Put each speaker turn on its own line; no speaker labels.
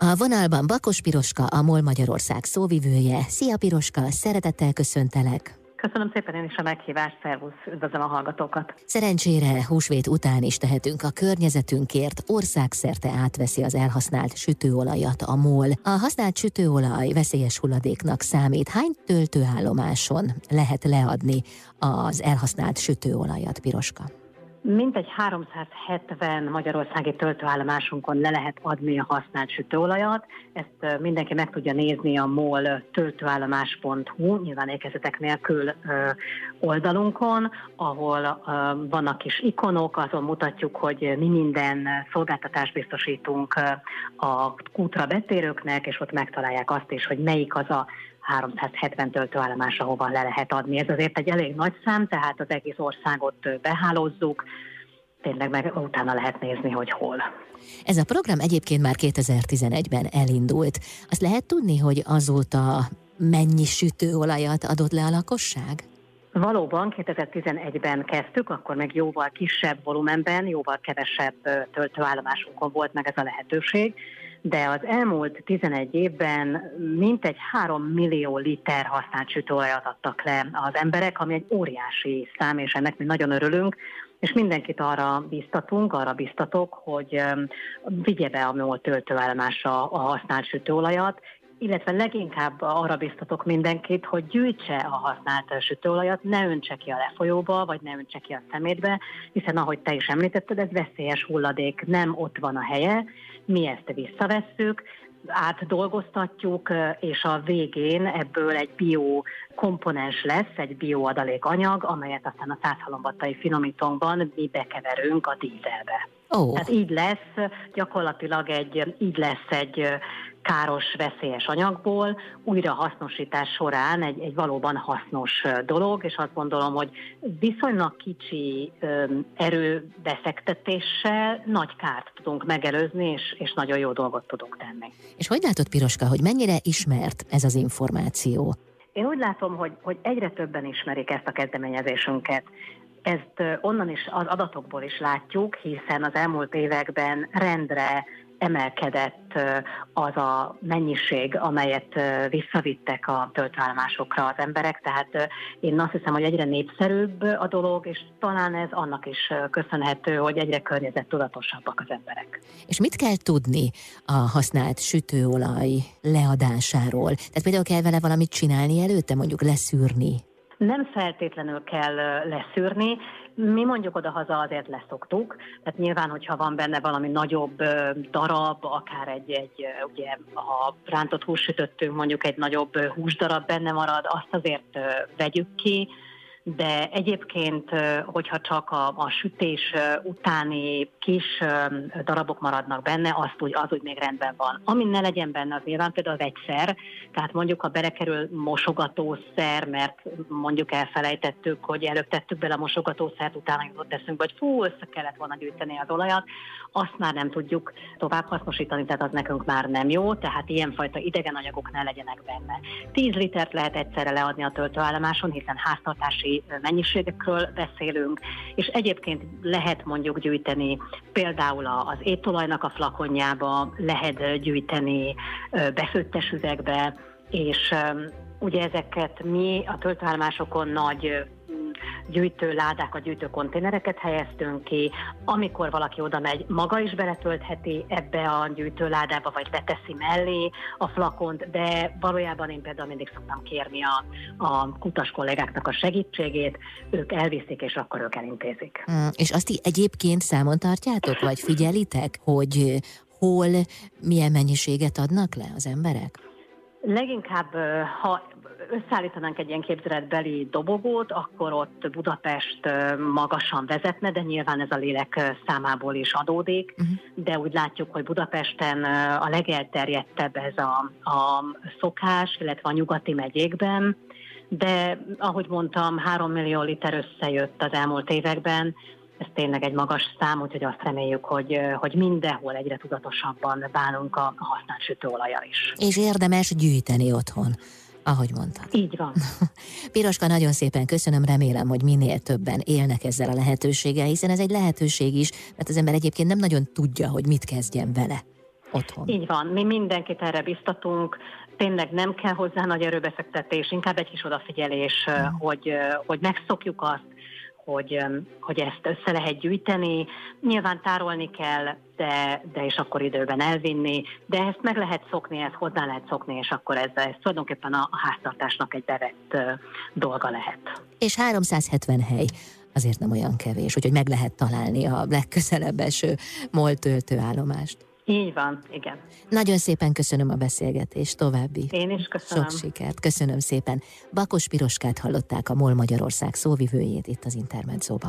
A vonalban Bakos Piroska, a MOL Magyarország szóvivője. Szia Piroska, szeretettel köszöntelek!
Köszönöm szépen én is a meghívást, szervusz, üdvözlöm a hallgatókat!
Szerencsére húsvét után is tehetünk a környezetünkért, országszerte átveszi az elhasznált sütőolajat a MOL. A használt sütőolaj veszélyes hulladéknak számít. Hány töltőállomáson lehet leadni az elhasznált sütőolajat, Piroska?
Mintegy 370 magyarországi töltőállomásunkon le lehet adni a használt sütőolajat. Ezt mindenki meg tudja nézni a MOL töltőállomás.hu, nyilván ékezetek nélkül oldalunkon, ahol vannak kis ikonok, azon mutatjuk, hogy mi minden szolgáltatást biztosítunk a kútra betérőknek, és ott megtalálják azt is, hogy melyik az a 370 töltőállomás, ahova le lehet adni. Ez azért egy elég nagy szám, tehát az egész országot behálózzuk, tényleg meg utána lehet nézni, hogy hol.
Ez a program egyébként már 2011-ben elindult. Azt lehet tudni, hogy azóta mennyi sütőolajat adott le a lakosság?
Valóban 2011-ben kezdtük, akkor meg jóval kisebb volumenben, jóval kevesebb töltőállomásunkon volt meg ez a lehetőség, de az elmúlt 11 évben mintegy 3 millió liter használt sütőolajat adtak le az emberek, ami egy óriási szám, és ennek mi nagyon örülünk, és mindenkit arra biztatok, hogy vigye be a MOL töltőállomásra a használt sütőolajat, illetve leginkább arra biztatok mindenkit, hogy gyűjtse a használt sütőolajat, ne öntse ki a lefolyóba, vagy ne öntse ki a szemétbe, hiszen ahogy te is említetted, ez veszélyes hulladék, nem ott van a helye, mi ezt visszavesszük, átdolgoztatjuk, és a végén ebből egy biokomponens lesz, egy bioadalékanyag, amelyet aztán a 100 halombattai finomítónkban mi bekeverünk a dízelbe. Tehát gyakorlatilag így lesz egy káros, veszélyes anyagból újrahasznosítás során egy valóban hasznos dolog, és azt gondolom, hogy viszonylag kicsi erőbefektetéssel nagy kárt tudunk megelőzni, és nagyon jó dolgot tudunk tenni.
És hogy látod, Piroska, hogy mennyire ismert ez az információ?
Én úgy látom, hogy egyre többen ismerik ezt a kezdeményezésünket. Ezt onnan is, az adatokból is látjuk, hiszen az elmúlt években rendre emelkedett az a mennyiség, amelyet visszavittek a töltőállomásokra az emberek, tehát én azt hiszem, hogy egyre népszerűbb a dolog, és talán ez annak is köszönhető, hogy egyre környezettudatosabbak az emberek.
És mit kell tudni a használt sütőolaj leadásáról? Tehát például kell vele valamit csinálni előtte, mondjuk leszűrni?
Nem feltétlenül kell leszűrni, mi mondjuk odahaza azért leszoktuk, tehát nyilván, hogyha van benne valami nagyobb darab, akár ugye, ha rántott húst sütöttünk, mondjuk egy nagyobb húsdarab benne marad, azt azért vegyük ki, de egyébként, hogyha csak a sütés utáni kis darabok maradnak benne, az úgy még rendben van. Ami ne legyen benne, az nyilván például a vegyszer, tehát mondjuk, ha belekerül mosogatószer, mert mondjuk elfelejtettük, hogy előbb tettük bele a mosogatószert, utána jutott eszünkbe, hogy össze kellett volna gyűjteni az olajat, azt már nem tudjuk tovább hasznosítani, tehát az nekünk már nem jó, tehát ilyenfajta idegen anyagok ne legyenek benne. 10 litert lehet egyszerre leadni a töltőállomáson, hiszen háztartási mennyiségekről beszélünk, és egyébként lehet mondjuk gyűjteni például az étolajnak a flakonjába, lehet gyűjteni befőttes üvegbe, és ugye ezeket mi a töltőállomásokon nagy gyűjtőládákat, gyűjtőkonténereket helyeztünk ki, amikor valaki oda megy, maga is beletöltheti ebbe a gyűjtőládába, vagy beteszi mellé a flakont, de valójában én például mindig szoktam kérni a kutas kollégáknak a segítségét, ők elviszik, és akkor ők elintézik.
És azt egyébként számon tartjátok, vagy figyelitek, hogy hol milyen mennyiséget adnak le az emberek?
Leginkább, ha összeállítanánk egy ilyen képzeletbeli dobogót, akkor ott Budapest magasan vezetne, de nyilván ez a lélek számából is adódik, de úgy látjuk, hogy Budapesten a legelterjedtebb ez a szokás, illetve a nyugati megyékben, de ahogy mondtam, 3 millió liter összejött az elmúlt években, ez tényleg egy magas szám, úgyhogy azt reméljük, hogy mindenhol egyre tudatosabban bánunk a használt sütőolajjal is.
És érdemes gyűjteni otthon, ahogy mondtad.
Így van.
Piroska, nagyon szépen köszönöm, remélem, hogy minél többen élnek ezzel a lehetőséggel, hiszen ez egy lehetőség is, mert az ember egyébként nem nagyon tudja, hogy mit kezdjen vele. otthon.
Így van, mi mindenkit erre biztatunk, tényleg nem kell hozzá nagy erőbefektetés, inkább egy kis odafigyelés, hogy megszokjuk azt, hogy ezt össze lehet gyűjteni. Nyilván tárolni kell, de és akkor időben elvinni, de ezt meg lehet szokni, ezt hozzá lehet szokni, és akkor ez tulajdonképpen a háztartásnak egy bevett dolga lehet.
És 370 hely azért nem olyan kevés, úgyhogy meg lehet találni a legközelebb eső MOL töltőállomást.
Így van, igen.
Nagyon szépen köszönöm a beszélgetést, további
Én is köszönöm.
sok sikert. Köszönöm szépen. Bakos Piroskát hallották, a MOL Magyarország szóvivőjét itt az Intermedzóban.